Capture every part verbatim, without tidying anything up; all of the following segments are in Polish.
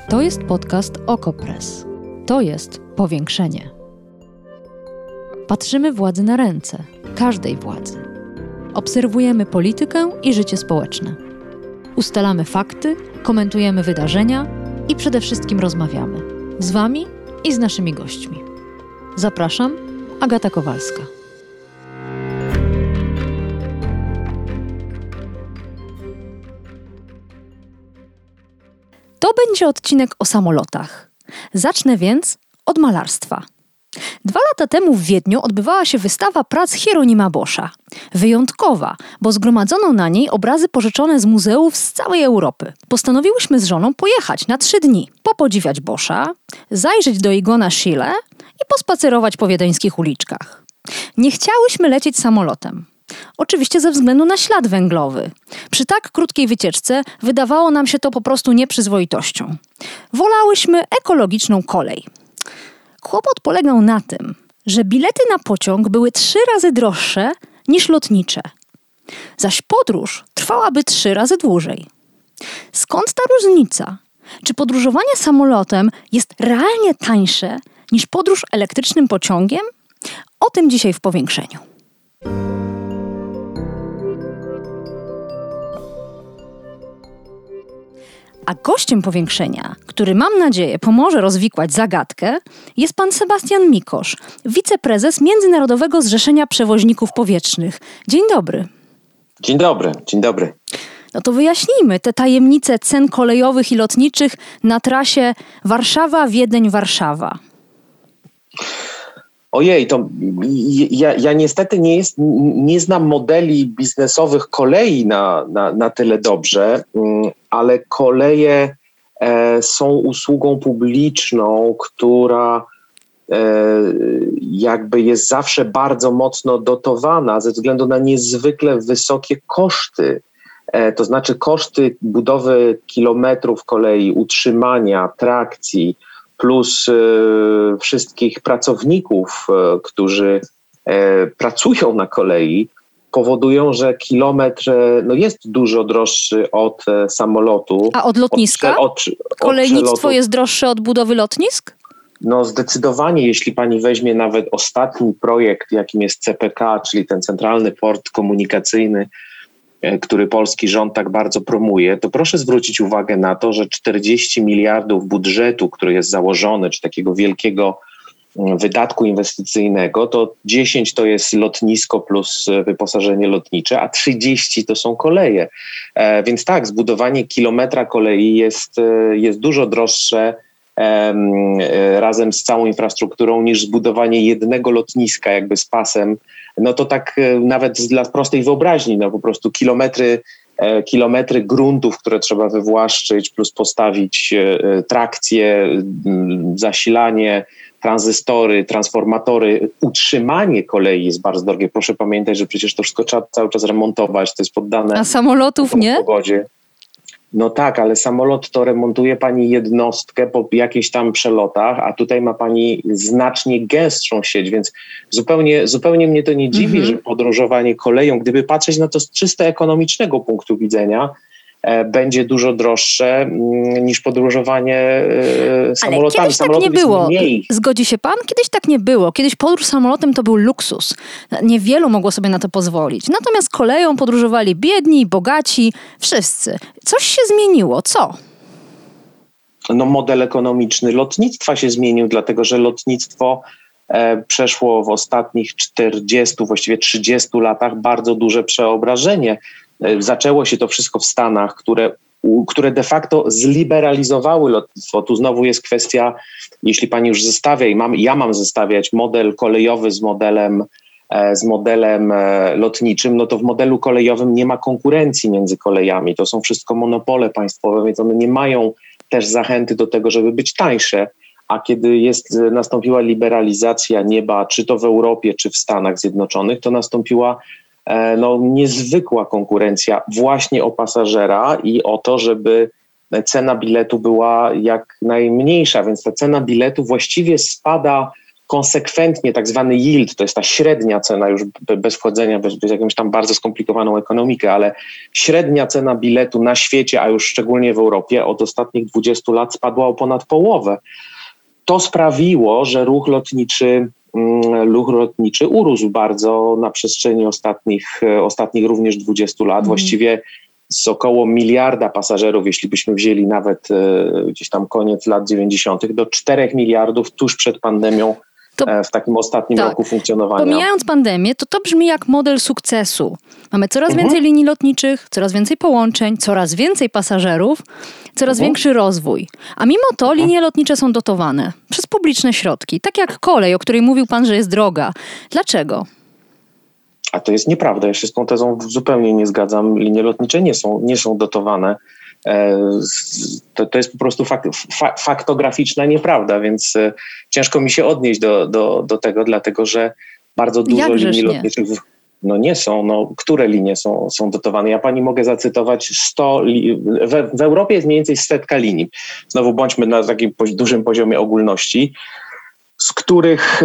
To jest podcast Okopres. To jest powiększenie. Patrzymy władzy na ręce, każdej władzy. Obserwujemy politykę i życie społeczne. Ustalamy fakty, komentujemy wydarzenia i przede wszystkim rozmawiamy. Z Wami i z naszymi gośćmi. Zapraszam, Agata Kowalska. To będzie odcinek o samolotach. Zacznę więc od malarstwa. Dwa lata temu w Wiedniu odbywała się wystawa prac Hieronima Boscha. Wyjątkowa, bo zgromadzono na niej obrazy pożyczone z muzeów z całej Europy. Postanowiłyśmy z żoną pojechać na trzy dni, popodziwiać Boscha, zajrzeć do Igona Schiele i pospacerować po wiedeńskich uliczkach. Nie chciałyśmy lecieć samolotem. Oczywiście ze względu na ślad węglowy. Przy tak krótkiej wycieczce wydawało nam się to po prostu nieprzyzwoitością. Wolałyśmy ekologiczną kolej. Kłopot polegał na tym, że bilety na pociąg były trzy razy droższe niż lotnicze. Zaś podróż trwałaby trzy razy dłużej. Skąd ta różnica? Czy podróżowanie samolotem jest realnie tańsze niż podróż elektrycznym pociągiem? O tym dzisiaj w powiększeniu. A gościem powiększenia, który mam nadzieję pomoże rozwikłać zagadkę, jest pan Sebastian Mikosz, wiceprezes Międzynarodowego Zrzeszenia Przewoźników Powietrznych. Dzień dobry. Dzień dobry, dzień dobry. No to wyjaśnijmy te tajemnice cen kolejowych i lotniczych na trasie Warszawa-Wiedeń-Warszawa. Ojej, to ja, ja niestety nie, jest, nie znam modeli biznesowych kolei na, na, na tyle dobrze, ale koleje e, są usługą publiczną, która e, jakby jest zawsze bardzo mocno dotowana ze względu na niezwykle wysokie koszty. E, to znaczy koszty budowy kilometrów kolei, utrzymania, trakcji, plus e, wszystkich pracowników, e, którzy e, pracują na kolei, powodują, że kilometr e, no jest dużo droższy od e, samolotu. A od lotniska? Od, od, Kolejnictwo od jest droższe od budowy lotnisk? No zdecydowanie, jeśli pani weźmie nawet ostatni projekt, jakim jest C P K, czyli ten centralny port komunikacyjny, który polski rząd tak bardzo promuje, to proszę zwrócić uwagę na to, że czterdzieści miliardów budżetu, który jest założony, czy takiego wielkiego wydatku inwestycyjnego, to dziesięć to jest lotnisko plus wyposażenie lotnicze, a trzydzieści to są koleje. E, więc tak, zbudowanie kilometra kolei jest, jest dużo droższe e, razem z całą infrastrukturą niż zbudowanie jednego lotniska jakby z pasem. No to tak nawet dla prostej wyobraźni, no po prostu kilometry, e, kilometry gruntów, które trzeba wywłaszczyć, plus postawić e, trakcje, m, zasilanie, tranzystory, transformatory, utrzymanie kolei jest bardzo drogie. Proszę pamiętać, że przecież to wszystko trzeba cały czas remontować, to jest poddane... A samolotów nie? Pogodzie. No tak, ale samolot to remontuje pani jednostkę po jakichś tam przelotach, a tutaj ma pani znacznie gęstszą sieć, więc zupełnie, zupełnie mnie to nie dziwi, mm-hmm. że podróżowanie koleją, gdyby patrzeć na to z czysto ekonomicznego punktu widzenia, e, będzie dużo droższe m, niż podróżowanie e, samolotami. Ale kiedyś tak nie było. Zgodzi się pan? Kiedyś tak nie było. Kiedyś podróż samolotem to był luksus. Niewielu mogło sobie na to pozwolić. Natomiast koleją podróżowali biedni, bogaci, wszyscy. Coś się zmieniło. Co? No model ekonomiczny lotnictwa się zmienił, dlatego że lotnictwo e, przeszło w ostatnich czterdziestu, właściwie trzydziestu latach bardzo duże przeobrażenie. E, zaczęło się to wszystko w Stanach, które, u, które de facto zliberalizowały lotnictwo. Tu znowu jest kwestia, jeśli pani już zestawia i mam, ja mam zestawiać model kolejowy z modelem z modelem lotniczym, no to w modelu kolejowym nie ma konkurencji między kolejami. To są wszystko monopole państwowe, więc one nie mają też zachęty do tego, żeby być tańsze. A kiedy jest, nastąpiła liberalizacja nieba, czy to w Europie, czy w Stanach Zjednoczonych, to nastąpiła no, niezwykła konkurencja właśnie o pasażera i o to, żeby cena biletu była jak najmniejsza. Więc ta cena biletu właściwie spada konsekwentnie tak zwany yield, to jest ta średnia cena już bez wchodzenia, bez, bez jakąś tam bardzo skomplikowaną ekonomikę, ale średnia cena biletu na świecie, a już szczególnie w Europie od ostatnich dwudziestu lat spadła o ponad połowę. To sprawiło, że ruch lotniczy, ruch lotniczy urósł bardzo na przestrzeni ostatnich, ostatnich również dwudziestu lat. Mm. Właściwie z około miliarda pasażerów, jeśli byśmy wzięli nawet e, gdzieś tam koniec lat dziewięćdziesiątych, do czterech miliardów tuż przed pandemią to, e, w takim ostatnim tak, roku funkcjonowania. Pomijając pandemię, to to brzmi jak model sukcesu. Mamy coraz mhm. więcej linii lotniczych, coraz więcej połączeń, coraz więcej pasażerów, coraz mhm. większy rozwój. A mimo to mhm. linie lotnicze są dotowane przez publiczne środki, tak jak kolej, o której mówił pan, że jest droga. Dlaczego? A to jest nieprawda. Ja się z tą tezą zupełnie nie zgadzam. Linie lotnicze nie są, nie są dotowane. To, to jest po prostu fak, fa, faktograficzna nieprawda, więc ciężko mi się odnieść do, do, do tego, dlatego że bardzo dużo linii lotniczych no nie są. No, które linie są, są dotowane? Ja pani mogę zacytować sto. Li, w, w Europie jest mniej więcej setka linii. Znowu bądźmy na takim dużym poziomie ogólności, z których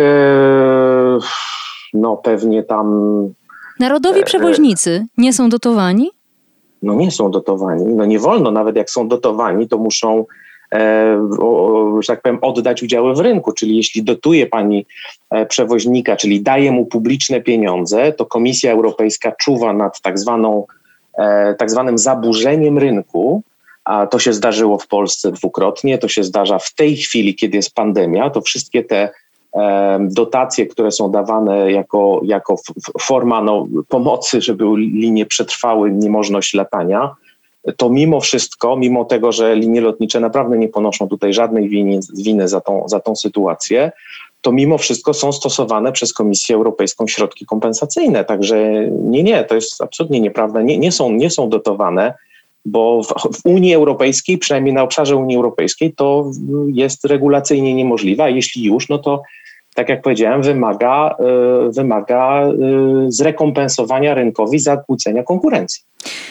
e, no pewnie tam... Narodowi przewoźnicy nie są dotowani? No nie są dotowani. No nie wolno, nawet jak są dotowani, to muszą, e, o, że tak powiem, oddać udziały w rynku. Czyli jeśli dotuje pani e, przewoźnika, czyli daje mu publiczne pieniądze, to Komisja Europejska czuwa nad tak zwaną, e, tak zwanym zaburzeniem rynku, a to się zdarzyło w Polsce dwukrotnie, to się zdarza w tej chwili, kiedy jest pandemia, to wszystkie te dotacje, które są dawane jako, jako forma no, pomocy, żeby linie przetrwały niemożność latania, to mimo wszystko, mimo tego, że linie lotnicze naprawdę nie ponoszą tutaj żadnej winy, winy za, tą, za tą sytuację, to mimo wszystko są stosowane przez Komisję Europejską środki kompensacyjne. Także nie, nie, to jest absolutnie nieprawda. Nie, nie, są, nie są dotowane, bo w, w Unii Europejskiej, przynajmniej na obszarze Unii Europejskiej, to jest regulacyjnie niemożliwe, a jeśli już, no to tak jak powiedziałem, wymaga, y, wymaga y, zrekompensowania rynkowi zakłócenia konkurencji.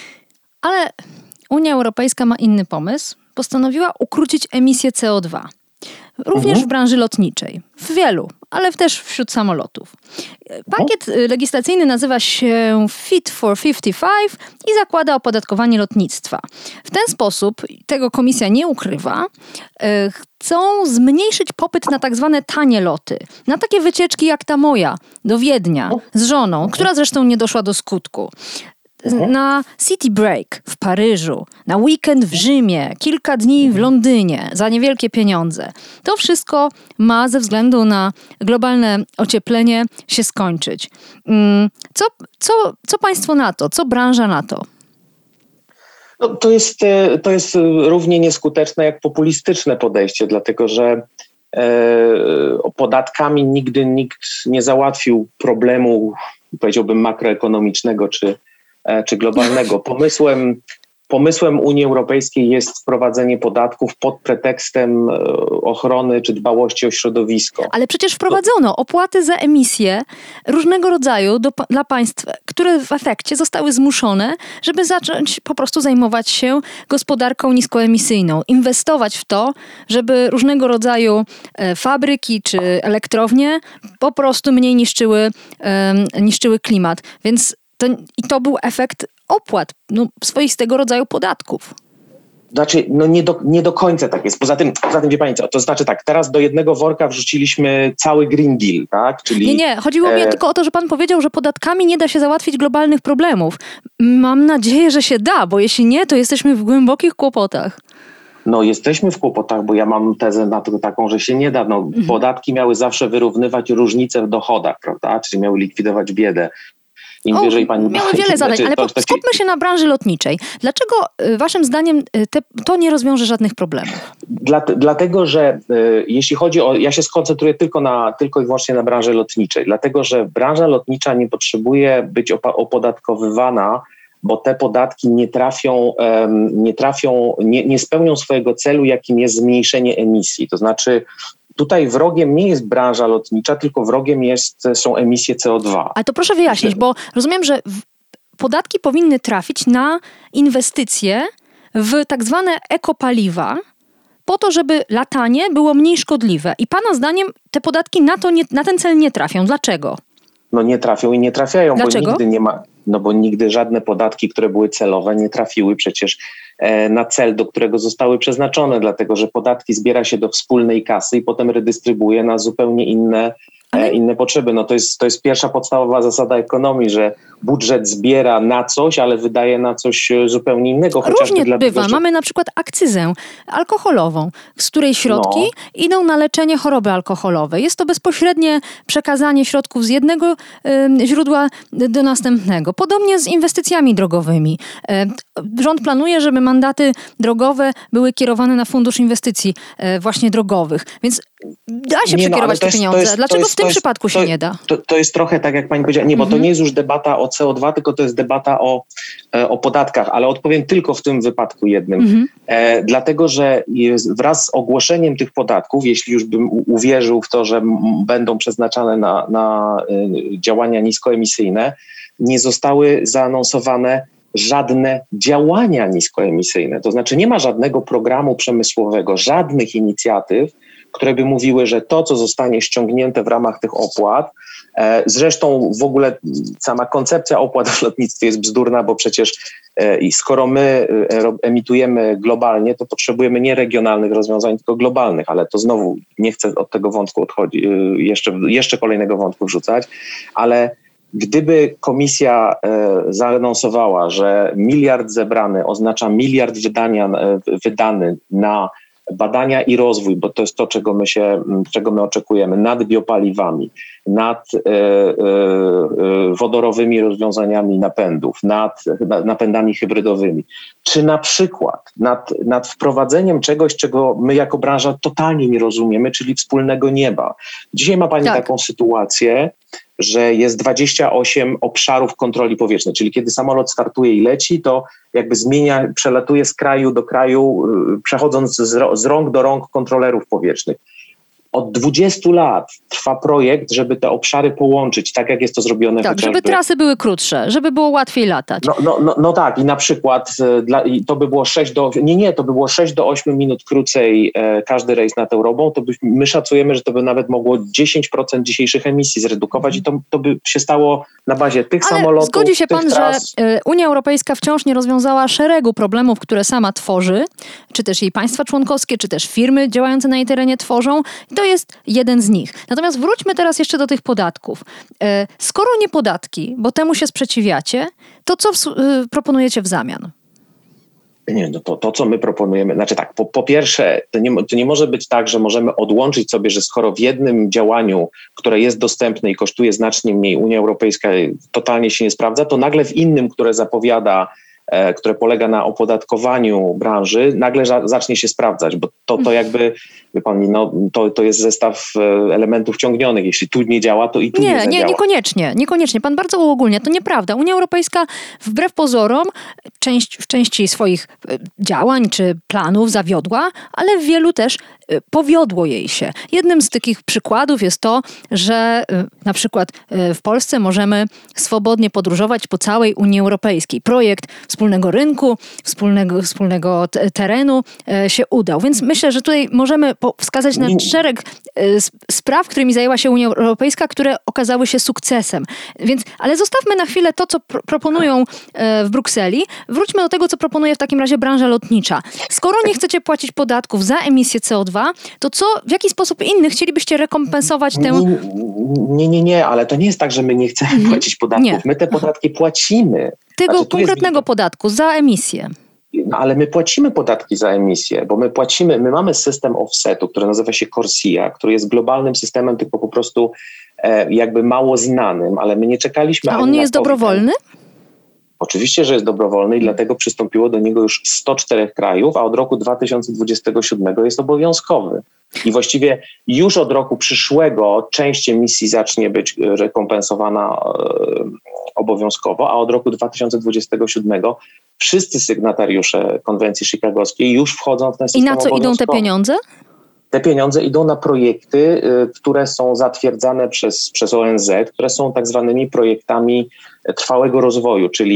Ale Unia Europejska ma inny pomysł. Postanowiła ukrócić emisję C O dwa. Również mhm. w branży lotniczej. W wielu, ale też wśród samolotów. Pakiet mhm. legislacyjny nazywa się Fit for pięćdziesiąt pięć i zakłada opodatkowanie lotnictwa. W ten sposób, tego komisja nie ukrywa, chcą zmniejszyć popyt na tak zwane tanie loty. Na takie wycieczki jak ta moja do Wiednia z żoną, która zresztą nie doszła do skutku. Na City Break w Paryżu, na weekend w Rzymie, kilka dni w Londynie za niewielkie pieniądze. To wszystko ma ze względu na globalne ocieplenie się skończyć. Co, co, co państwo na to? Co branża na to? No, to jest, to jest równie nieskuteczne jak populistyczne podejście, dlatego że e, podatkami nigdy nikt nie załatwił problemu, powiedziałbym, makroekonomicznego czy czy globalnego. Pomysłem, pomysłem Unii Europejskiej jest wprowadzenie podatków pod pretekstem ochrony czy dbałości o środowisko. Ale przecież wprowadzono opłaty za emisje różnego rodzaju do, dla państw, które w efekcie zostały zmuszone, żeby zacząć po prostu zajmować się gospodarką niskoemisyjną. Inwestować w to, żeby różnego rodzaju e, fabryki czy elektrownie po prostu mniej niszczyły, e, niszczyły klimat. Więc To, I to był efekt opłat, no, swoistego rodzaju podatków. Znaczy, no nie do, nie do końca tak jest. Poza tym, poza tym, wie pani co, to znaczy tak, teraz do jednego worka wrzuciliśmy cały Green Deal, tak? Czyli, nie, nie, chodziło mi e... tylko o to, że pan powiedział, że podatkami nie da się załatwić globalnych problemów. Mam nadzieję, że się da, bo jeśli nie, to jesteśmy w głębokich kłopotach. No jesteśmy w kłopotach, bo ja mam tezę na to taką, że się nie da. No, mhm. Podatki miały zawsze wyrównywać różnice w dochodach, prawda? Czyli miały likwidować biedę. Im o, wyżej pani... Miały wiele zadań, ale to, to skupmy się na branży lotniczej. Dlaczego waszym zdaniem te, to nie rozwiąże żadnych problemów? Dla, dlatego, że y, jeśli chodzi o... Ja się skoncentruję tylko, na, tylko i wyłącznie na branży lotniczej. Dlatego, że branża lotnicza nie potrzebuje być opa- opodatkowywana, bo te podatki nie trafią, um, nie, trafią nie, nie spełnią swojego celu, jakim jest zmniejszenie emisji. To znaczy... Tutaj wrogiem nie jest branża lotnicza, tylko wrogiem jest, są emisje C O dwa. Ale to proszę wyjaśnić, bo rozumiem, że podatki powinny trafić na inwestycje w tak zwane ekopaliwa, po to, żeby latanie było mniej szkodliwe. I pana zdaniem te podatki na, to nie, na ten cel nie trafią. Dlaczego? No nie trafią i nie trafiają, Dlaczego? bo nigdy nie ma, no bo nigdy żadne podatki, które były celowe, nie trafiły przecież e, na cel, do którego zostały przeznaczone, dlatego że podatki zbiera się do wspólnej kasy i potem redystrybuuje na zupełnie inne Ale... inne potrzeby. No to jest, to jest pierwsza podstawowa zasada ekonomii, że budżet zbiera na coś, ale wydaje na coś zupełnie innego. Różnie dlatego, bywa. że... Mamy na przykład akcyzę alkoholową, z której środki no. idą na leczenie choroby alkoholowej. Jest to bezpośrednie przekazanie środków z jednego y, źródła do następnego. Podobnie z inwestycjami drogowymi. Y, rząd planuje, żeby mandaty drogowe były kierowane na Fundusz Inwestycji y, właśnie drogowych. Więc da się nie, przekierować no, te pieniądze. Jest, Dlaczego jest, w tym jest, przypadku się to, nie da? To, to jest trochę tak, jak pani powiedziała. Nie, bo mhm. to nie jest już debata o C O dwa, tylko to jest debata o, o podatkach, ale odpowiem tylko w tym wypadku jednym. Mhm. E, dlatego, że jest, wraz z ogłoszeniem tych podatków, jeśli już bym uwierzył w to, że m, będą przeznaczane na, na y, działania niskoemisyjne, nie zostały zaanonsowane żadne działania niskoemisyjne. To znaczy nie ma żadnego programu przemysłowego, żadnych inicjatyw, które by mówiły, że to, co zostanie ściągnięte w ramach tych opłat, e, zresztą w ogóle sama koncepcja opłat w lotnictwie jest bzdurna, bo przecież e, skoro my e, emitujemy globalnie, to potrzebujemy nie regionalnych rozwiązań, tylko globalnych, ale to znowu nie chcę od tego wątku odchodzić, e, jeszcze, jeszcze kolejnego wątku wrzucać, ale gdyby komisja e, zaanonsowała, że miliard zebrany oznacza miliard wydania, e, wydany na badania i rozwój, bo to jest to, czego my się, czego my oczekujemy, nad biopaliwami, nad e, e, wodorowymi rozwiązaniami napędów, nad, nad napędami hybrydowymi, czy na przykład nad, nad wprowadzeniem czegoś, czego my jako branża totalnie nie rozumiemy, czyli wspólnego nieba. Dzisiaj ma pani tak. taką sytuację, że jest dwadzieścia osiem obszarów kontroli powietrznej, czyli kiedy samolot startuje i leci, to jakby zmienia, przelatuje z kraju do kraju, przechodząc z, z rąk do rąk kontrolerów powietrznych. Od dwudziestu lat trwa projekt, żeby te obszary połączyć, tak jak jest to zrobione. Tak, chociażby. Żeby trasy były krótsze, żeby było łatwiej latać. No, no, no, no tak i na przykład e, dla, i to by było sześć do nie, nie, to by było sześć do ośmiu minut krócej e, każdy rejs nad Europą, to by, my szacujemy, że to by nawet mogło dziesięć procent dzisiejszych emisji zredukować i to, to by się stało na bazie tych Ale samolotów, zgodzi się tych pan, tras. że Unia Europejska wciąż nie rozwiązała szeregu problemów, które sama tworzy, czy też jej państwa członkowskie, czy też firmy działające na jej terenie tworzą. I to jest jeden z nich. Natomiast wróćmy teraz jeszcze do tych podatków. Skoro nie podatki, bo temu się sprzeciwiacie, to co w, proponujecie w zamian? Nie, no to, to, co my proponujemy, znaczy tak, po, po pierwsze, to nie, to nie może być tak, że możemy odłączyć sobie, że skoro w jednym działaniu, które jest dostępne i kosztuje znacznie mniej, Unia Europejska totalnie się nie sprawdza, to nagle w innym, które zapowiada, e, które polega na opodatkowaniu branży, nagle za, zacznie się sprawdzać, bo to, to jakby, wie pani, no, to, to jest zestaw elementów ciągnionych. Jeśli tu nie działa, to i tu nie, nie zadziała. Nie, niekoniecznie, niekoniecznie. Pan bardzo uogólnia. To nieprawda. Unia Europejska wbrew pozorom część, w części swoich działań czy planów zawiodła, ale w wielu też powiodło jej się. Jednym z takich przykładów jest to, że na przykład w Polsce możemy swobodnie podróżować po całej Unii Europejskiej. Projekt wspólnego rynku, wspólnego, wspólnego terenu się udał. Więc myślę, że tutaj możemy wskazać na szereg spraw, którymi zajęła się Unia Europejska, które okazały się sukcesem. Więc, ale zostawmy na chwilę to, co pro- proponują w Brukseli. Wróćmy do tego, co proponuje w takim razie branża lotnicza. Skoro nie chcecie płacić podatków za emisję C O dwa, to co, w jaki sposób inny chcielibyście rekompensować tę... Nie, nie, nie, nie, ale to nie jest tak, że my nie chcemy mhm. płacić podatków. Nie. My te podatki płacimy. Tego znaczy, konkretnego jest... podatku za emisję. No, ale my płacimy podatki za emisję, bo my płacimy, my mamy system offsetu, który nazywa się CORSIA, który jest globalnym systemem, tylko po prostu e, jakby mało znanym, ale my nie czekaliśmy... A on nie jest dobrowolny? Oczywiście, że jest dobrowolny i dlatego przystąpiło do niego już sto cztery krajów, a od roku dwa tysiące dwudziestego siódmego jest obowiązkowy. I właściwie już od roku przyszłego część emisji zacznie być rekompensowana e, obowiązkowo, a od roku dwa tysiące dwudziestego siódmego wszyscy sygnatariusze konwencji chicagowskiej już wchodzą w ten system. I na co idą te pieniądze? Te pieniądze idą na projekty, y, które są zatwierdzane przez, przez O N Z, które są tak zwanymi projektami trwałego rozwoju, czyli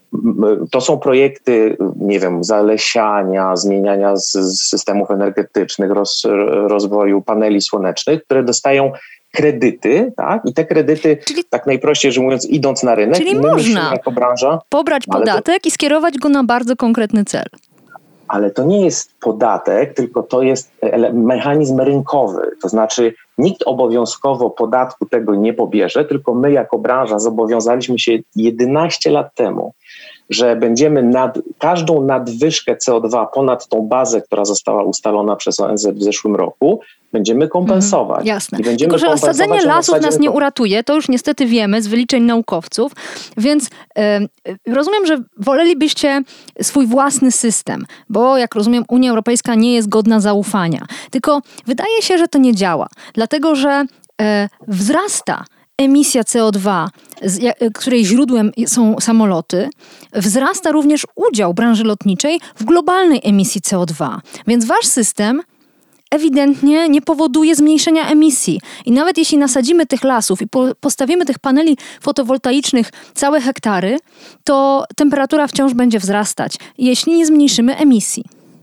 to są projekty, nie wiem, zalesiania, zmieniania z, z systemów energetycznych, roz, rozwoju paneli słonecznych, które dostają kredyty, tak? I te kredyty, czyli, tak najprościej rzecz mówiąc, idąc na rynek, czyli my można musimy jako branża pobrać podatek to, i skierować go na bardzo konkretny cel. Ale to nie jest podatek, tylko to jest mechanizm rynkowy. To znaczy nikt obowiązkowo podatku tego nie pobierze, tylko my jako branża zobowiązaliśmy się jedenaście lat temu, że będziemy nad, każdą nadwyżkę C O dwa ponad tą bazę, która została ustalona przez O N Z w zeszłym roku, będziemy kompensować. Mm, jasne. I będziemy Tylko, że osadzenie lasów nas nie to... uratuje, to już niestety wiemy z wyliczeń naukowców, więc yy, rozumiem, że wolelibyście swój własny system, bo jak rozumiem Unia Europejska nie jest godna zaufania. Tylko wydaje się, że to nie działa, dlatego że yy, wzrasta emisja C O dwa, z której źródłem są samoloty, wzrasta również udział branży lotniczej w globalnej emisji C O dwa. Więc wasz system ewidentnie nie powoduje zmniejszenia emisji. I nawet jeśli nasadzimy tych lasów i po, postawimy tych paneli fotowoltaicznych całe hektary, to temperatura wciąż będzie wzrastać, jeśli nie zmniejszymy emisji.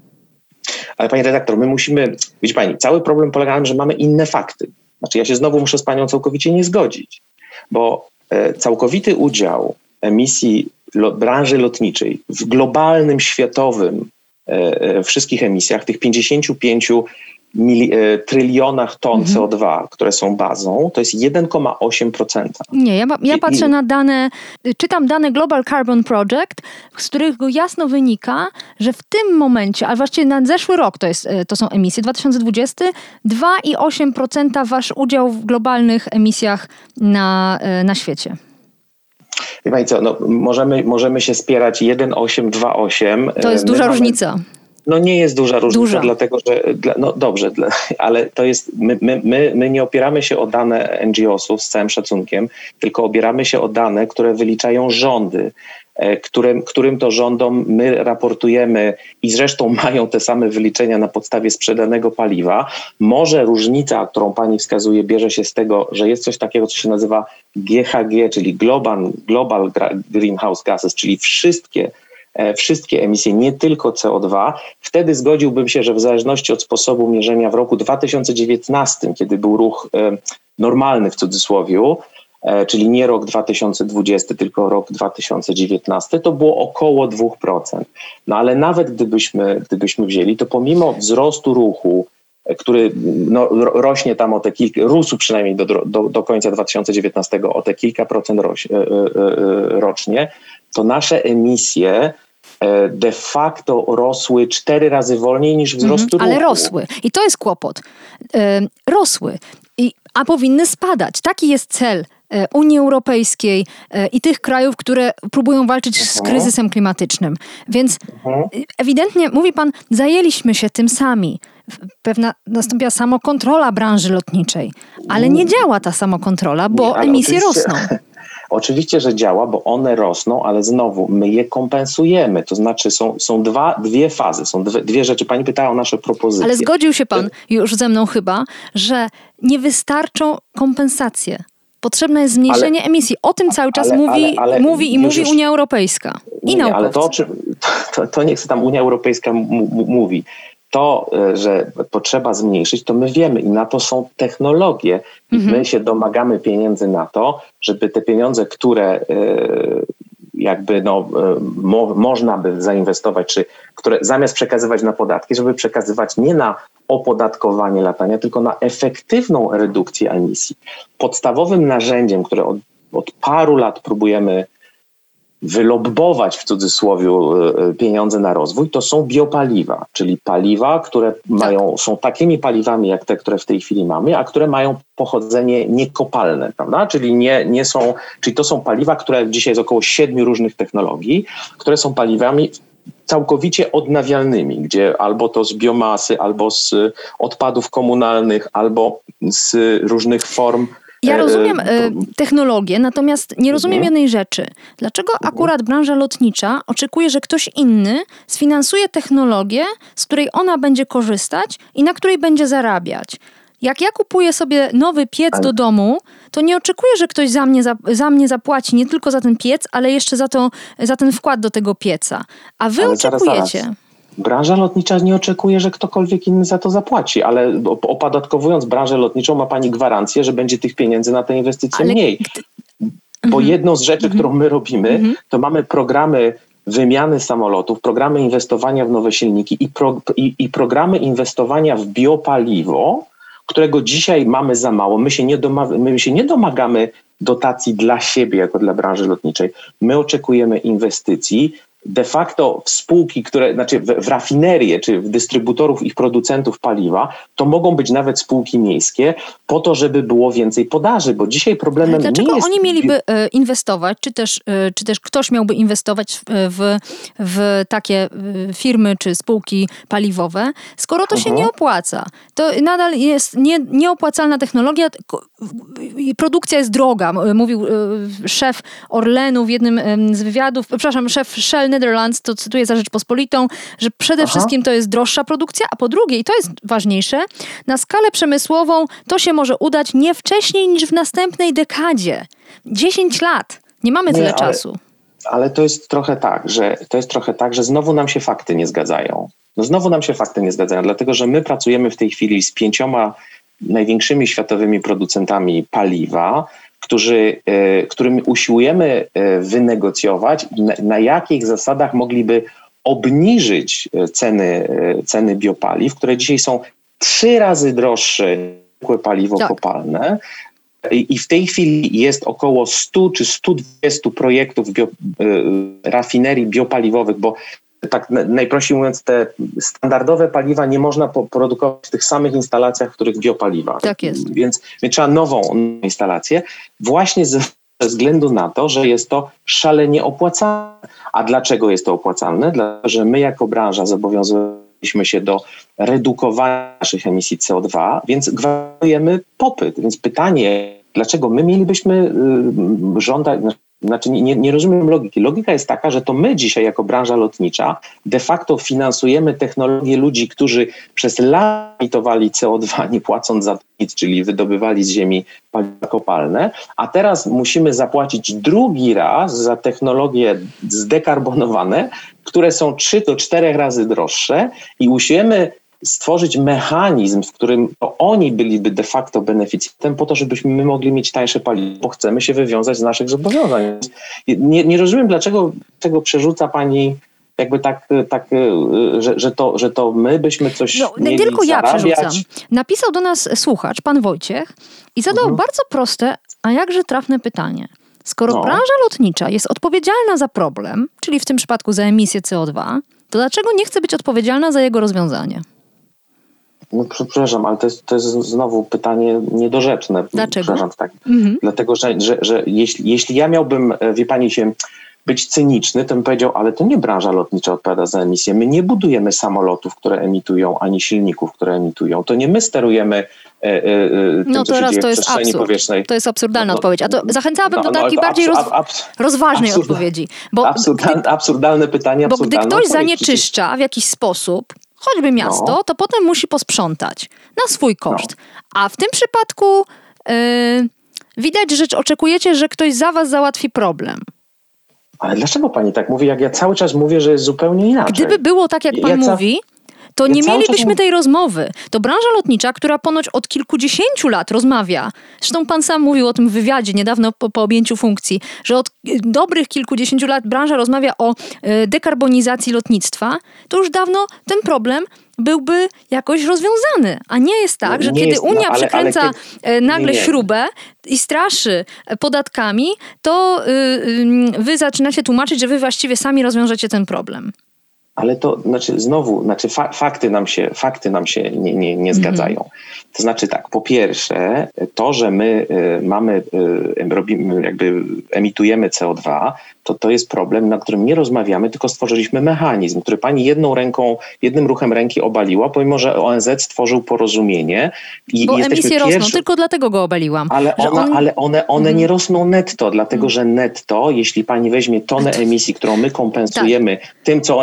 Ale pani redaktor, my musimy, widzi pani, cały problem polega na tym, że mamy inne fakty. Znaczy ja się znowu muszę z panią całkowicie nie zgodzić, bo e, całkowity udział emisji lo, branży lotniczej w globalnym, światowym e, e, wszystkich emisjach, tych pięćdziesięciu pięciu mili, e, trylionach ton mhm. C O dwa, które są bazą, to jest jeden przecinek osiem procent. Nie, ja, ja patrzę I, na dane, czytam dane Global Carbon Project, z których jasno wynika, że w tym momencie, a właściwie na zeszły rok to, jest, to są emisje, dwa tysiące dwudziesty, dwa przecinek osiem procent wasz udział w globalnych emisjach na, na świecie. Wie pani co, no, możemy, możemy się spierać jeden przecinek osiem, dwa przecinek osiem. To jest My duża mamy... różnica. No nie jest duża różnica, duża. dlatego że, no dobrze, ale to jest, my, my, my, my nie opieramy się o dane N G O sów z całym szacunkiem, tylko opieramy się o dane, które wyliczają rządy, którym, którym to rządom my raportujemy i zresztą mają te same wyliczenia na podstawie sprzedanego paliwa. Może różnica, którą pani wskazuje, bierze się z tego, że jest coś takiego, co się nazywa G H G, czyli Global, Global Greenhouse Gases, czyli wszystkie wszystkie emisje, nie tylko C O dwa, wtedy zgodziłbym się, że w zależności od sposobu mierzenia w roku dwa tysiące dziewiętnastym, kiedy był ruch e, normalny w cudzysłowie, e, czyli nie rok dwa tysiące dwudziesty, tylko rok dwa tysiące dziewiętnasty, to było około dwa procent. No ale nawet gdybyśmy, gdybyśmy wzięli, to pomimo wzrostu ruchu, który no, rośnie tam o te kilka, rósł przynajmniej do, do, do końca dwa tysiące dziewiętnastego o te kilka procent roś, e, e, e, rocznie, to nasze emisje de facto rosły cztery razy wolniej niż wzrost ruchu. Ale rosły. I to jest kłopot. Yy, rosły. I, a powinny spadać. Taki jest cel yy, Unii Europejskiej yy, i tych krajów, które próbują walczyć uh-huh. z kryzysem klimatycznym. Więc uh-huh. yy, ewidentnie, mówi pan, zajęliśmy się tym sami. Pewna nastąpiła samokontrola branży lotniczej. Ale nie działa ta samokontrola, bo nie, emisje rosną. Oczywiście, że działa, bo one rosną, ale znowu my je kompensujemy. To znaczy są, są dwa, dwie fazy, są dwie, dwie rzeczy. Pani pytała o nasze propozycje. Ale zgodził się pan już ze mną chyba, że nie wystarczą kompensacje. Potrzebne jest zmniejszenie ale, emisji. O tym cały czas ale, mówi, ale, ale mówi i mówi już, Unia Europejska. I nie, ale to, to, to nie chce tam Unia Europejska m- m- mówi. To, że potrzeba zmniejszyć, to my wiemy i na to są technologie. I mhm. my się domagamy pieniędzy na to, żeby te pieniądze, które jakby no, mo, można by zainwestować, czy które zamiast przekazywać na podatki, żeby przekazywać nie na opodatkowanie latania, tylko na efektywną redukcję emisji. Podstawowym narzędziem, które od, od paru lat próbujemy wylobbować w cudzysłowie pieniądze na rozwój, to są biopaliwa, czyli paliwa, które mają, są takimi paliwami jak te, które w tej chwili mamy, a które mają pochodzenie niekopalne, prawda? Czyli nie, nie są, czyli to są paliwa, które dzisiaj jest około siedmiu różnych technologii, które są paliwami całkowicie odnawialnymi, gdzie albo to z biomasy, albo z odpadów komunalnych, albo z różnych form. Ja rozumiem e, technologię, natomiast nie rozumiem mhm. jednej rzeczy. Dlaczego akurat branża lotnicza oczekuje, że ktoś inny sfinansuje technologię, z której ona będzie korzystać i na której będzie zarabiać? Jak ja kupuję sobie nowy piec do domu, to nie oczekuję, że ktoś za mnie, za, za mnie zapłaci nie tylko za ten piec, ale jeszcze za, to, za ten wkład do tego pieca. A wy ale oczekujecie... Zaraz, zaraz. Branża lotnicza nie oczekuje, że ktokolwiek inny za to zapłaci, ale opodatkowując branżę lotniczą ma pani gwarancję, że będzie tych pieniędzy na te inwestycje ale... mniej. Bo jedną z rzeczy, którą my robimy, to mamy programy wymiany samolotów, programy inwestowania w nowe silniki i, pro, i, i programy inwestowania w biopaliwo, którego dzisiaj mamy za mało. My się, nie domaga, my się nie domagamy dotacji dla siebie jako dla branży lotniczej. My oczekujemy inwestycji de facto w spółki, które, znaczy w, w rafinerie czy w dystrybutorów i producentów paliwa, to mogą być nawet spółki miejskie po to, żeby było więcej podaży, bo dzisiaj problemem ale dlaczego nie jest... oni mieliby inwestować, czy też, czy też ktoś miałby inwestować w, w takie firmy czy spółki paliwowe, skoro to się uh-huh. nie opłaca? To nadal jest nie, nieopłacalna technologia, produkcja jest droga. Mówił szef Orlenu w jednym z wywiadów, przepraszam, szef Shell Netherlands, to cytuję za Rzeczpospolitą, że przede Aha. wszystkim to jest droższa produkcja, a po drugie, i to jest ważniejsze, na skalę przemysłową to się może udać nie wcześniej niż w następnej dekadzie. dziesięć lat. Nie mamy tyle nie, ale, czasu. Ale to jest trochę tak, że to jest trochę tak, że znowu nam się fakty nie zgadzają. No znowu nam się fakty nie zgadzają, dlatego że my pracujemy w tej chwili z pięcioma największymi światowymi producentami paliwa, którzy, którym usiłujemy wynegocjować, na, na jakich zasadach mogliby obniżyć ceny, ceny biopaliw, które dzisiaj są trzy razy droższe niż paliwo tak. kopalne. I w tej chwili jest około stu czy stu dwudziestu projektów bio, rafinerii biopaliwowych, bo tak najprościej mówiąc, te standardowe paliwa nie można produkować w tych samych instalacjach, w których biopaliwa. Tak jest. Więc, więc trzeba nową instalację właśnie ze względu na to, że jest to szalenie opłacalne. A dlaczego jest to opłacalne? Dlatego, że my jako branża zobowiązaliśmy się do redukowania naszych emisji C O dwa, więc gwarantujemy popyt. Więc pytanie, dlaczego my mielibyśmy żądać... Znaczy nie, nie rozumiem logiki. Logika jest taka, że to my dzisiaj jako branża lotnicza de facto finansujemy technologię ludzi, którzy przez lata emitowali C O dwa nie płacąc za to nic, czyli wydobywali z ziemi paliwa kopalne, a teraz musimy zapłacić drugi raz za technologie zdekarbonowane, które są trzy do czterech razy droższe i usiłujemy stworzyć mechanizm, w którym to oni byliby de facto beneficjentem po to, żebyśmy my mogli mieć tańsze paliwo, bo chcemy się wywiązać z naszych zobowiązań. Nie, nie rozumiem, dlaczego tego przerzuca pani jakby tak, tak że, że, to, że to my byśmy coś no, mieli tylko ja zarabiać. Przerzucam. Napisał do nas słuchacz, pan Wojciech, i zadał mhm. bardzo proste, a jakże trafne pytanie. Skoro no. branża lotnicza jest odpowiedzialna za problem, czyli w tym przypadku za emisję C O dwa, to dlaczego nie chce być odpowiedzialna za jego rozwiązanie? No przepraszam, ale to jest, to jest znowu pytanie niedorzeczne. Dlaczego? Tak. Mhm. Dlatego, że, że, że jeśli, jeśli ja miałbym, wie pani, się być cyniczny, to bym powiedział, ale to nie branża lotnicza odpowiada za emisję. My nie budujemy samolotów, które emitują, ani silników, które emitują. To nie my sterujemy e, e, tym, no to co się raz dzieje to w jest przestrzeni absurd. powietrznej. To jest absurdalna no, odpowiedź. A to zachęcałabym no, do takiej no, bardziej roz, abs, abs, rozważnej absurd, odpowiedzi. Bo absurdalne, gdy, absurdalne pytanie, Bo gdy ktoś odpowiedź. zanieczyszcza w jakiś sposób, choćby miasto, no. to potem musi posprzątać na swój koszt. No. A w tym przypadku yy, widać, że oczekujecie, że ktoś za was załatwi problem. Ale dlaczego pani tak mówi, jak ja cały czas mówię, że jest zupełnie inaczej? Gdyby było tak, jak pan ja mówi, to ja nie mielibyśmy czas... tej rozmowy. To branża lotnicza, która ponoć od kilkudziesięciu lat rozmawia. Zresztą pan sam mówił o tym w wywiadzie niedawno po, po objęciu funkcji, że od dobrych kilkudziesięciu lat branża rozmawia o y, dekarbonizacji lotnictwa. To już dawno ten problem byłby jakoś rozwiązany. A nie jest tak, że nie kiedy jest, Unia no, ale, przykręca ale kiedy... nagle nie, nie. śrubę i straszy podatkami, to y, y, wy zaczynacie tłumaczyć, że wy właściwie sami rozwiążecie ten problem. Ale to znaczy znowu, znaczy fa- fakty nam się, fakty nam się nie, nie, nie zgadzają. Mm-hmm. To znaczy tak, po pierwsze, to, że my y, mamy, y, robimy, jakby emitujemy C O dwa, to to jest problem, na którym nie rozmawiamy, tylko stworzyliśmy mechanizm, który pani jedną ręką, jednym ruchem ręki obaliła, pomimo że O N Z stworzył porozumienie. I Bo jesteśmy emisje pierwszy... rosną, tylko dlatego go obaliłam. Ale, ona, on... ale one, one mm. nie rosną netto, dlatego mm. że netto, jeśli pani weźmie tonę emisji, którą my kompensujemy tak. tym, co O N Z uznaje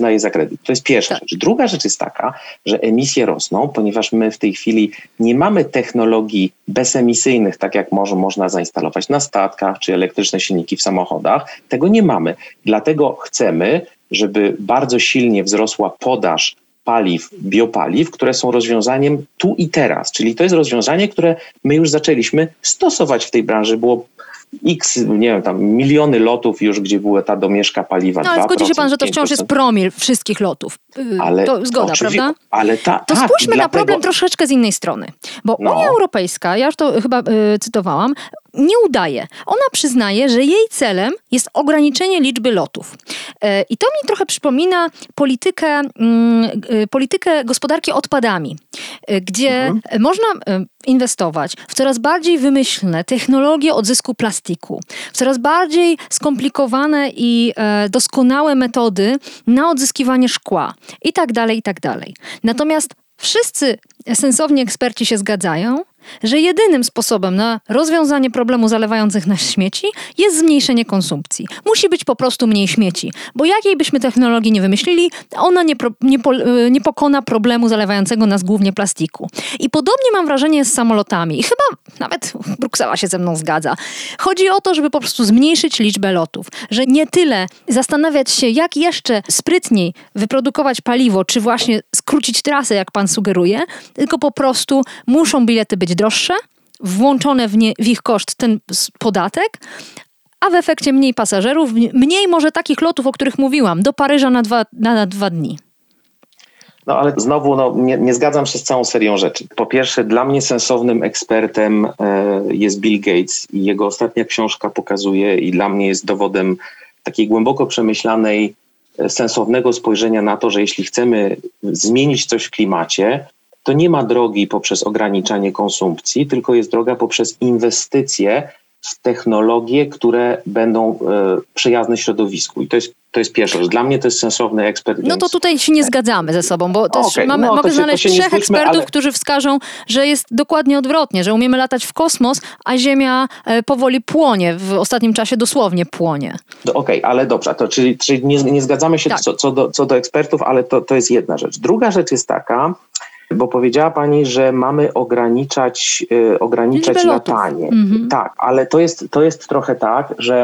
uznaje za kredyt. To jest pierwsza tak. rzecz. Druga rzecz jest taka, że emisje rosną, ponieważ my w tej chwili nie mamy technologii bezemisyjnych, tak jak może można zainstalować na statkach czy elektryczne silniki w samochodach. Tego nie mamy. Dlatego chcemy, żeby bardzo silnie wzrosła podaż paliw, biopaliw, które są rozwiązaniem tu i teraz. Czyli to jest rozwiązanie, które my już zaczęliśmy stosować w tej branży. Było x, nie wiem, tam miliony lotów już, gdzie była ta domieszka paliwa. No ale zgodzi się pan, że to wciąż jest promil wszystkich lotów. Ale to zgoda, prawda? Ale ta, to tak, spójrzmy dlatego... na problem troszeczkę z innej strony. Bo no. Unia Europejska, ja już to chyba y, cytowałam, nie udaje. Ona przyznaje, że jej celem jest ograniczenie liczby lotów. Y, I to mi trochę przypomina politykę, y, y, politykę gospodarki odpadami, y, gdzie mhm. można y, inwestować w coraz bardziej wymyślne technologie odzysku plastiku, w coraz bardziej skomplikowane i y, doskonałe metody na odzyskiwanie szkła i tak dalej, i tak dalej. Natomiast wszyscy sensowni eksperci się zgadzają, że jedynym sposobem na rozwiązanie problemu zalewających nas śmieci jest zmniejszenie konsumpcji. Musi być po prostu mniej śmieci, bo jakiej byśmy technologii nie wymyślili, ona nie, pro, nie, po, nie pokona problemu zalewającego nas głównie plastiku. I podobnie mam wrażenie z samolotami. I chyba nawet Bruksela się ze mną zgadza. Chodzi o to, żeby po prostu zmniejszyć liczbę lotów. Że nie tyle zastanawiać się, jak jeszcze sprytniej wyprodukować paliwo, czy właśnie skrócić trasę, jak pan sugeruje, tylko po prostu muszą bilety być droższe, włączone w, nie, w ich koszt ten podatek, a w efekcie mniej pasażerów, mniej może takich lotów, o których mówiłam, do Paryża na dwa, na, na dwa dni. No ale znowu no, nie, nie zgadzam się z całą serią rzeczy. Po pierwsze, dla mnie sensownym ekspertem e, jest Bill Gates i jego ostatnia książka pokazuje i dla mnie jest dowodem takiej głęboko przemyślanej, sensownego spojrzenia na to, że jeśli chcemy zmienić coś w klimacie, to nie ma drogi poprzez ograniczanie konsumpcji, tylko jest droga poprzez inwestycje w technologie, które będą e, przyjazne środowisku. I to jest, to jest pierwsza rzecz. Dla mnie to jest sensowny ekspert. No to tutaj się nie zgadzamy ze sobą, bo też okay, mamy, no, mogę się, znaleźć trzech zgódźmy, ekspertów, ale... którzy wskażą, że jest dokładnie odwrotnie, że umiemy latać w kosmos, a Ziemia e, powoli płonie, w ostatnim czasie dosłownie płonie. Okej, okay, ale dobrze, to czyli, czyli nie, nie zgadzamy się tak. co, co, do, co do ekspertów, ale to, to jest jedna rzecz. Druga rzecz jest taka, bo powiedziała pani, że mamy ograniczać, yy, ograniczać latanie. Mm-hmm. Tak, ale to jest, to jest trochę tak, że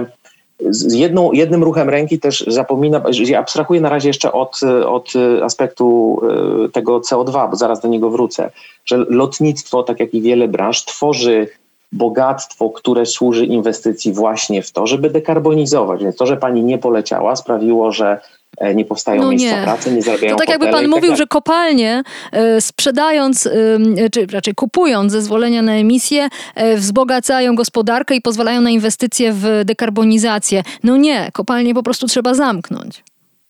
z jedną, jednym ruchem ręki też zapomina, że abstrahuję na razie jeszcze od, od aspektu yy, tego C O dwa, bo zaraz do niego wrócę, że lotnictwo, tak jak i wiele branż, tworzy bogactwo, które służy inwestycji właśnie w to, żeby dekarbonizować. Więc to, że pani nie poleciała, sprawiło, że nie powstają no miejsca nie. pracy, nie zarabiają To tak jakby pan tak mówił, tak. że kopalnie y, sprzedając, y, czy raczej kupując zezwolenia na emisję, y, wzbogacają gospodarkę i pozwalają na inwestycje w dekarbonizację. No nie, kopalnie po prostu trzeba zamknąć.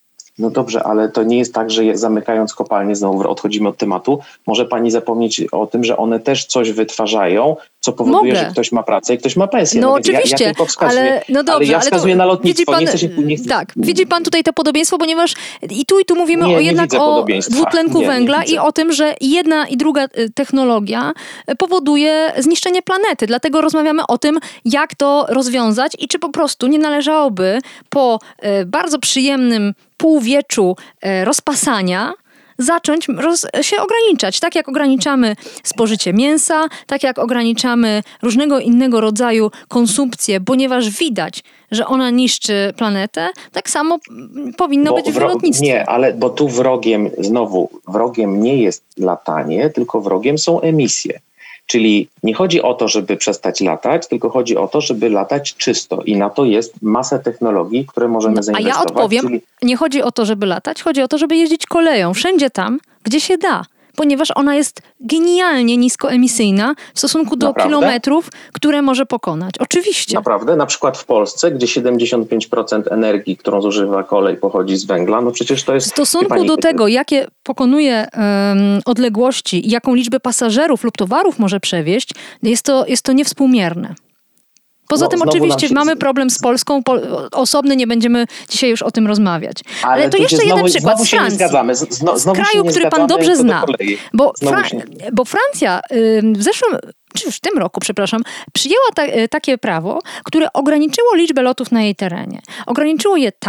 No dobrze, ale to nie jest tak, że zamykając kopalnie, znowu odchodzimy od tematu, może pani zapomnieć o tym, że one też coś wytwarzają, co powoduje, Mogę. że ktoś ma pracę i ktoś ma pensję. No, no oczywiście, ja, ja tylko wskazuję, ale, no dobrze, ale ja wskazuję ale to, na lotnictwo. Pan, nie chcę się, nie chcę... Tak, widzi pan tutaj to podobieństwo, ponieważ i tu i tu mówimy nie, o nie jednak o dwutlenku nie, węgla nie i o tym, że jedna i druga technologia powoduje zniszczenie planety. Dlatego rozmawiamy o tym, jak to rozwiązać i czy po prostu nie należałoby po bardzo przyjemnym półwieczu rozpasania zacząć roz, się ograniczać. Tak jak ograniczamy spożycie mięsa, tak jak ograniczamy różnego innego rodzaju konsumpcję, ponieważ widać, że ona niszczy planetę, tak samo powinno bo być w wro- lotnictwie. Nie, ale bo tu wrogiem, znowu, wrogiem nie jest latanie, tylko wrogiem są emisje. Czyli nie chodzi o to, żeby przestać latać, tylko chodzi o to, żeby latać czysto. I na to jest masa technologii, które możemy no, zainwestować. A ja odpowiem, czyli... nie chodzi o to, żeby latać, chodzi o to, żeby jeździć koleją. Wszędzie tam, gdzie się da. Ponieważ ona jest genialnie niskoemisyjna w stosunku do Naprawdę? kilometrów, które może pokonać. Oczywiście. Naprawdę? Na przykład w Polsce, gdzie siedemdziesiąt pięć procent energii, którą zużywa kolej, pochodzi z węgla, no przecież to jest... W stosunku pani, do tego, jakie pokonuje um, odległości i jaką liczbę pasażerów lub towarów może przewieźć, jest to, jest to niewspółmierne. Poza no, tym oczywiście się... mamy problem z Polską, po, osobny, nie będziemy dzisiaj już o tym rozmawiać. Ale, Ale to jeszcze znowu, jeden przykład znowu z się Francji. Nie zgadzamy. Zno, z kraju, który pan dobrze zna. Bo, Fra- bo Francja y, w zeszłym, czy już w tym roku, przepraszam, przyjęła ta, y, takie prawo, które ograniczyło liczbę lotów na jej terenie. Ograniczyło je tam,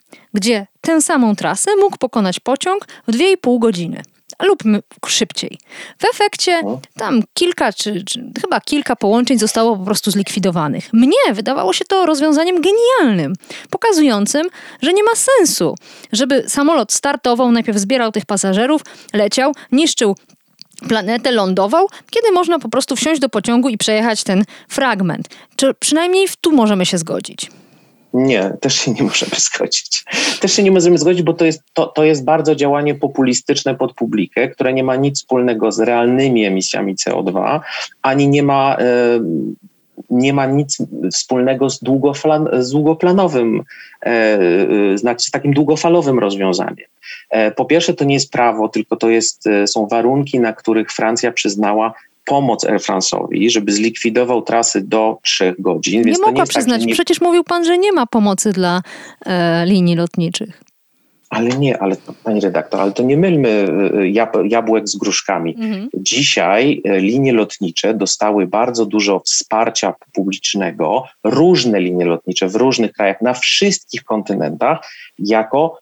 gdzie tę samą trasę mógł pokonać pociąg w dwie i pół godziny. Lub szybciej. W efekcie tam kilka, czy, czy chyba kilka połączeń zostało po prostu zlikwidowanych. Mnie wydawało się to rozwiązaniem genialnym, pokazującym, że nie ma sensu, żeby samolot startował, najpierw zbierał tych pasażerów, leciał, niszczył planetę, lądował, kiedy można po prostu wsiąść do pociągu i przejechać ten fragment. Czy przynajmniej tu możemy się zgodzić? Nie, też się nie możemy zgodzić. Też się nie możemy zgodzić, bo to jest, to, to jest bardzo działanie populistyczne pod publikę, które nie ma nic wspólnego z realnymi emisjami C O dwa, ani nie ma, e, nie ma nic wspólnego z, długoflan, z długoplanowym, e, znaczy z takim długofalowym rozwiązaniem. E, po pierwsze, to nie jest prawo, tylko to jest, są warunki, na których Francja przyznała pomoc Air France'owi, żeby zlikwidował trasy do trzech godzin. Nie Więc mogła to nie jest przyznać. tak, nie... Przecież mówił pan, że nie ma pomocy dla e, linii lotniczych. Ale nie, ale pani redaktor, ale to nie mylmy jab- jabłek z gruszkami. Mhm. Dzisiaj linie lotnicze dostały bardzo dużo wsparcia publicznego, różne linie lotnicze w różnych krajach, na wszystkich kontynentach, jako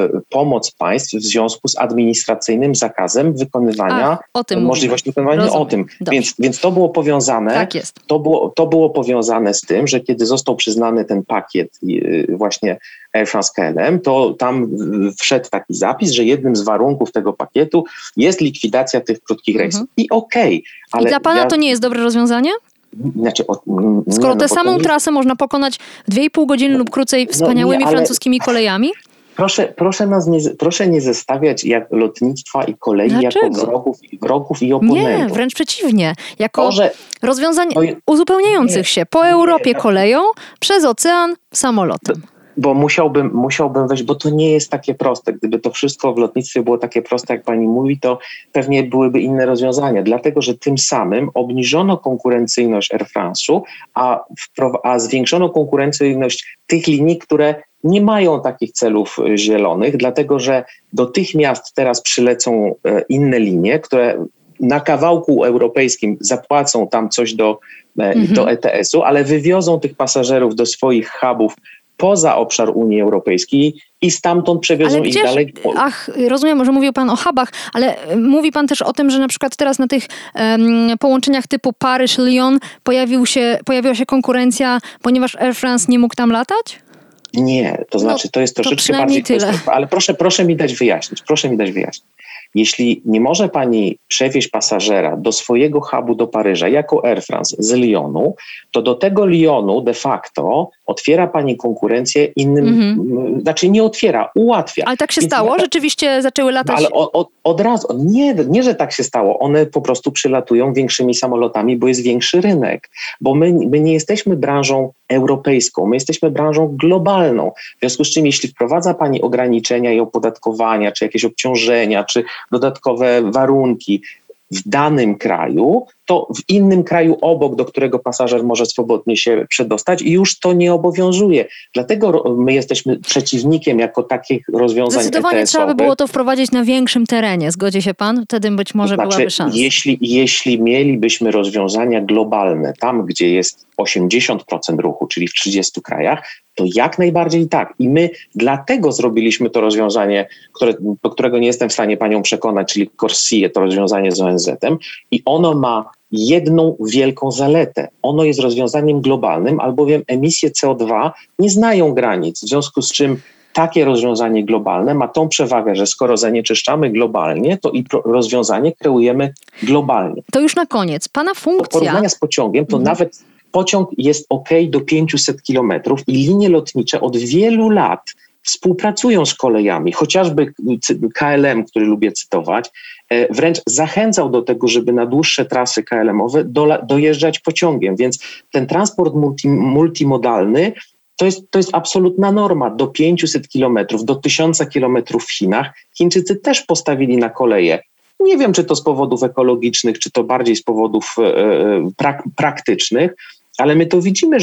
pomoc państw w związku z administracyjnym zakazem wykonywania, A, o tym możliwości wykonywania Rozumiem. o tym. Dobrze. Więc, więc to było powiązane, tak jest. To, było, to było powiązane z tym, że kiedy został przyznany ten pakiet właśnie Air France K L M, to tam wszedł taki zapis, że jednym z warunków tego pakietu jest likwidacja tych krótkich mhm. rejsów. I okej. Okay, I dla pana ja... to nie jest dobre rozwiązanie? Znaczy, o, nie, Skoro tę no, samą nie... trasę można pokonać w dwie i pół godziny no, lub krócej wspaniałymi no nie, ale... francuskimi kolejami? Proszę, proszę, nas nie, proszę nie zestawiać jak lotnictwa i kolei Dlaczego? jako wrogów, wrogów i oponentów. Nie, wręcz przeciwnie. Jako to, że... rozwiązań to... uzupełniających nie, się po Europie nie, koleją, przez ocean samolotem. Bo musiałbym, musiałbym wejść, bo to nie jest takie proste. Gdyby to wszystko w lotnictwie było takie proste, jak pani mówi, to pewnie byłyby inne rozwiązania. Dlatego, że tym samym obniżono konkurencyjność Air France'u, a, a zwiększono konkurencyjność tych linii, które nie mają takich celów zielonych, dlatego, że do tych miast teraz przylecą inne linie, które na kawałku europejskim zapłacą tam coś do, mhm. do E T S-u, ale wywiozą tych pasażerów do swoich hubów poza obszar Unii Europejskiej i stamtąd przewiozą ale ich gdzież, dalej. Ach, rozumiem, że mówił pan o hubach, ale mówi pan też o tym, że na przykład teraz na tych um, połączeniach typu Paryż-Lyon pojawił się, pojawiła się konkurencja, ponieważ Air France nie mógł tam latać? Nie, to znaczy to jest troszeczkę to bardziej... Tyle. Jest, ale proszę, proszę mi dać wyjaśnić, proszę mi dać wyjaśnić. Jeśli nie może pani przewieźć pasażera do swojego hubu do Paryża jako Air France z Lyonu, to do tego Lyonu de facto otwiera pani konkurencję innym, mm-hmm. znaczy nie otwiera, ułatwia. Ale tak się Więc stało? lata... Rzeczywiście zaczęły latać? Ale od, od, od razu, nie, nie, że tak się stało, one po prostu przylatują większymi samolotami, bo jest większy rynek, bo my, my nie jesteśmy branżą europejską, my jesteśmy branżą globalną, w związku z czym jeśli wprowadza pani ograniczenia i opodatkowania, czy jakieś obciążenia, czy dodatkowe warunki w danym kraju, to w innym kraju obok, do którego pasażer może swobodnie się przedostać i już to nie obowiązuje. Dlatego my jesteśmy przeciwnikiem jako takich rozwiązań Zdecydowanie E T S-owych. trzeba by było to wprowadzić na większym terenie. Zgodzi się pan? Wtedy być może to znaczy, byłaby szansa. Jeśli, jeśli mielibyśmy rozwiązania globalne, tam gdzie jest osiemdziesiąt procent ruchu, czyli w trzydziestu krajach, to jak najbardziej tak. I my dlatego zrobiliśmy to rozwiązanie, które, do którego nie jestem w stanie panią przekonać, czyli CORSIA, to rozwiązanie z O N Z-em i ono ma jedną wielką zaletę. Ono jest rozwiązaniem globalnym, albowiem emisje C O dwa nie znają granic, w związku z czym takie rozwiązanie globalne ma tą przewagę, że skoro zanieczyszczamy globalnie, to i rozwiązanie kreujemy globalnie. To już na koniec. Pana funkcja... Do porównania z pociągiem, to mhm. nawet pociąg jest ok do pięćset kilometrów i linie lotnicze od wielu lat współpracują z kolejami, chociażby K L M, który lubię cytować, wręcz zachęcał do tego, żeby na dłuższe trasy K L M-owe do, dojeżdżać pociągiem, więc ten transport multi, multimodalny to jest, to jest absolutna norma. Do pięćset kilometrów, do tysiąca kilometrów w Chinach Chińczycy też postawili na koleje. Nie wiem, czy to z powodów ekologicznych, czy to bardziej z powodów e, prak, praktycznych, ale my to widzimy, że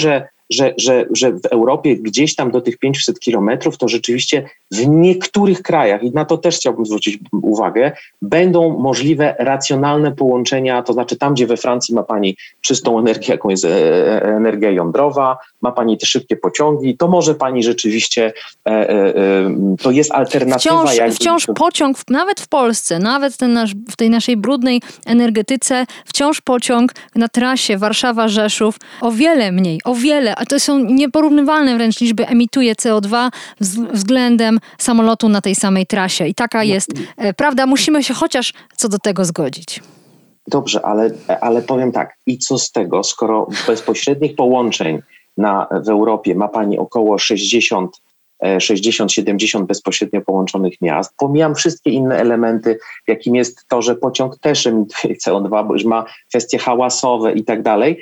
że, że, że w Europie gdzieś tam do tych pięciuset kilometrów to rzeczywiście w niektórych krajach, i na to też chciałbym zwrócić uwagę, będą możliwe racjonalne połączenia, to znaczy tam, gdzie we Francji ma pani czystą energię, jaką jest energia jądrowa, ma pani te szybkie pociągi, to może pani rzeczywiście, e, e, to jest alternatywa. Wciąż, jakby, wciąż pociąg, nawet w Polsce, nawet ten nasz, w tej naszej brudnej energetyce, wciąż pociąg na trasie Warszawa-Rzeszów o wiele mniej, o wiele, a to są nieporównywalne wręcz liczby, emituje C O dwa względem samolotu na tej samej trasie. I taka jest e, prawda, musimy się chociaż co do tego zgodzić. Dobrze, ale, ale powiem tak, i co z tego, skoro bezpośrednich połączeń na, w Europie ma pani około sześćdziesiąt, siedemdziesiąt bezpośrednio połączonych miast. Pomijam wszystkie inne elementy, jakim jest to, że pociąg też emituje C O dwa, bo już ma kwestie hałasowe i tak dalej.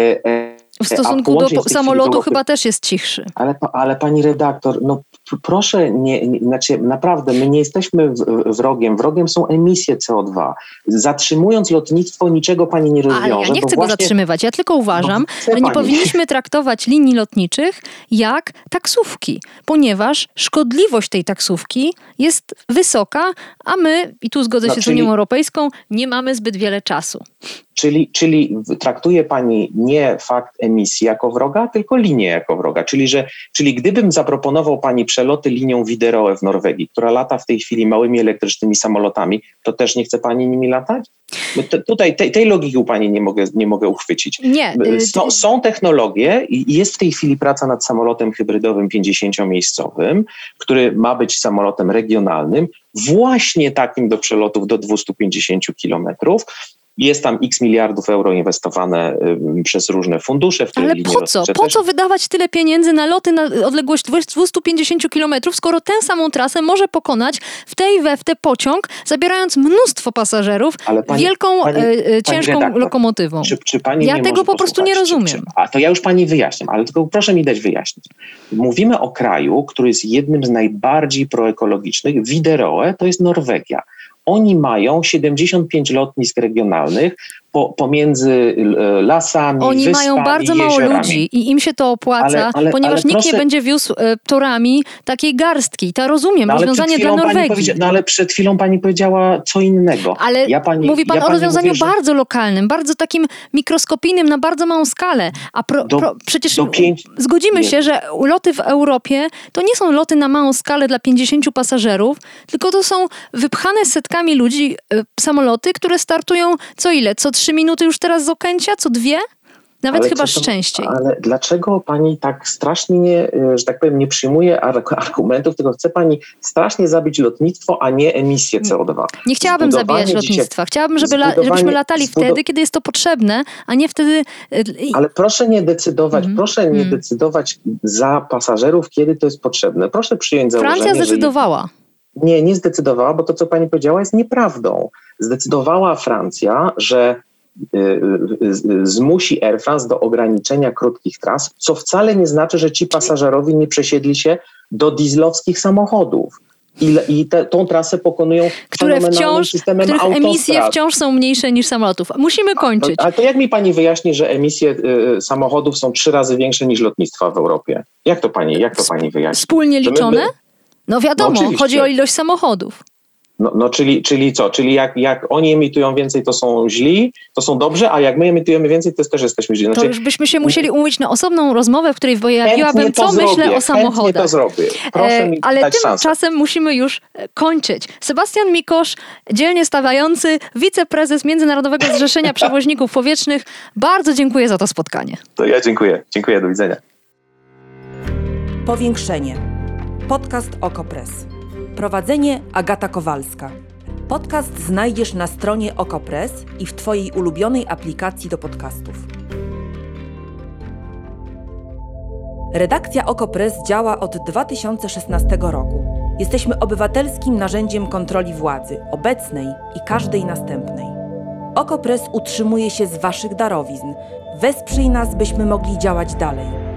W stosunku do samolotu Europy, chyba też jest cichszy. Ale, ale pani redaktor, no proszę, nie, nie, znaczy naprawdę, my nie jesteśmy wrogiem. Wrogiem są emisje C O dwa. Zatrzymując lotnictwo, niczego pani nie rozwiąże. Ale ja nie chcę go właśnie zatrzymywać. Ja tylko uważam, że nie pani. powinniśmy traktować linii lotniczych jak taksówki, ponieważ szkodliwość tej taksówki jest wysoka, a my, i tu zgodzę no, się czyli... z Unią Europejską, nie mamy zbyt wiele czasu. Czyli, czyli traktuje pani nie fakt emisji jako wroga, tylko linię jako wroga. Czyli, że, czyli gdybym zaproponował pani przeloty linią Widerøe w Norwegii, która lata w tej chwili małymi elektrycznymi samolotami, to też nie chce pani nimi latać? Te, tutaj tej, tej logiki u pani nie mogę, nie mogę uchwycić. Nie. Są, są technologie i jest w tej chwili praca nad samolotem hybrydowym pięćdziesięciomiejscowym, który ma być samolotem regionalnym, właśnie takim do przelotów do dwieście pięćdziesiąt kilometrów. Jest tam x miliardów euro inwestowane y, przez różne fundusze. W Ale po co? Po też... co wydawać tyle pieniędzy na loty na odległość dwieście pięćdziesiąt kilometrów, skoro tę samą trasę może pokonać w tej we w te pociąg, zabierając mnóstwo pasażerów pani, wielką, pani, y, ciężką pani redaktor, lokomotywą. Czy, czy pani ja tego po prostu nie rozumiem. Czy, czy, a to ja już pani wyjaśniam, ale tylko proszę mi dać wyjaśnić. Mówimy o kraju, który jest jednym z najbardziej proekologicznych. Widerøe to jest Norwegia. Oni mają siedemdziesiąt pięć lotnisk regionalnych po, pomiędzy lasami, Oni wyspami, mają bardzo jeziorami. mało ludzi i im się to opłaca, ale, ale, ponieważ ale nikt proszę... nie będzie wiózł e, torami takiej garstki. To rozumiem, no, rozwiązanie dla Norwegii. No ale przed chwilą pani powiedziała co innego. Ale ja pani, mówi pan ja o rozwiązaniu mówię, że... bardzo lokalnym, bardzo takim mikroskopijnym, na bardzo małą skalę. A pro, do, pro, przecież do pięć... zgodzimy nie. się, że loty w Europie to nie są loty na małą skalę dla pięćdziesięciu pasażerów, tylko to są wypchane setkami ludzi e, samoloty, które startują co ile? Co trzy minuty już teraz z Okęcia? Co dwie? Nawet ale chyba to, częściej. Ale dlaczego pani tak strasznie, nie, że tak powiem, nie przyjmuje argumentów, tylko chce pani strasznie zabić lotnictwo, a nie emisję C O dwa? Nie chciałabym Zbudowanie zabijać lotnictwa. Chciałabym, żeby la, żebyśmy latali zbud- wtedy, kiedy jest to potrzebne, a nie wtedy... Ale proszę nie decydować, mm. proszę nie mm. decydować za pasażerów, kiedy to jest potrzebne. Proszę przyjąć założenie, Francja zdecydowała. Że... Nie, nie zdecydowała, bo to, co pani powiedziała, jest nieprawdą. Zdecydowała Francja, że zmusi Air France do ograniczenia krótkich tras, co wcale nie znaczy, że ci pasażerowie nie przesiedli się do dieslowskich samochodów. I, i te, tą trasę pokonują które wciąż, systemem których autostrad. Emisje wciąż są mniejsze niż samolotów. Musimy kończyć. A, a to jak mi pani wyjaśni, że emisje y, samochodów są trzy razy większe niż lotnictwa w Europie? Jak to pani, jak to pani wyjaśni? Wspólnie liczone? My, my... No wiadomo, no chodzi o ilość samochodów. No, no czyli, czyli co? Czyli jak, jak oni emitują więcej, to są źli, to są dobrzy, a jak my emitujemy więcej, to też jesteśmy źli. Znaczy, to już byśmy się musieli umówić na osobną rozmowę, w której pojawiłabym, co zrobię, myślę o samochodach. to zrobię. Proszę mi Ale dać tymczasem szansę. musimy już kończyć. Sebastian Mikosz, dzielnie stawiający, wiceprezes Międzynarodowego Zrzeszenia Przewoźników Powietrznych. Bardzo dziękuję za to spotkanie. To ja dziękuję. Dziękuję, do widzenia. Powiększenie. Podcast OKO.press. Prowadzenie Agata Kowalska. Podcast znajdziesz na stronie OKO.press i w Twojej ulubionej aplikacji do podcastów. Redakcja OKO.press działa od dwa tysiące szesnastego roku. Jesteśmy obywatelskim narzędziem kontroli władzy, obecnej i każdej następnej. OKO.press utrzymuje się z Waszych darowizn. Wesprzyj nas, byśmy mogli działać dalej.